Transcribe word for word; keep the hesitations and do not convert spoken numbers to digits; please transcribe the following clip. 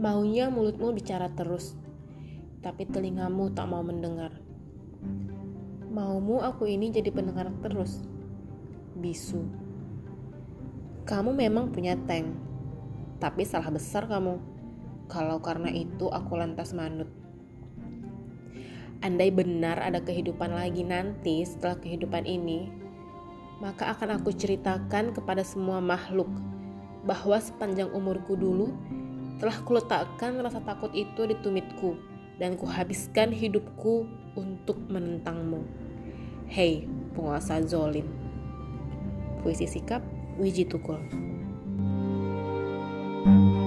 Maunya mulutmu bicara terus, tapi telingamu tak mau mendengar. Maumu aku ini jadi pendengar terus. Bisu. Kamu memang punya tank, tapi salah besar kamu. Kalau karena itu aku lantas manut. Andai benar ada kehidupan lagi nanti setelah kehidupan ini, maka akan aku ceritakan kepada semua makhluk bahwa sepanjang umurku dulu telah kuletakkan rasa takut itu di tumitku dan kuhabiskan hidupku untuk menentangmu. Hei, penguasa zolim. Puisi Sikap, Wiji Tukul.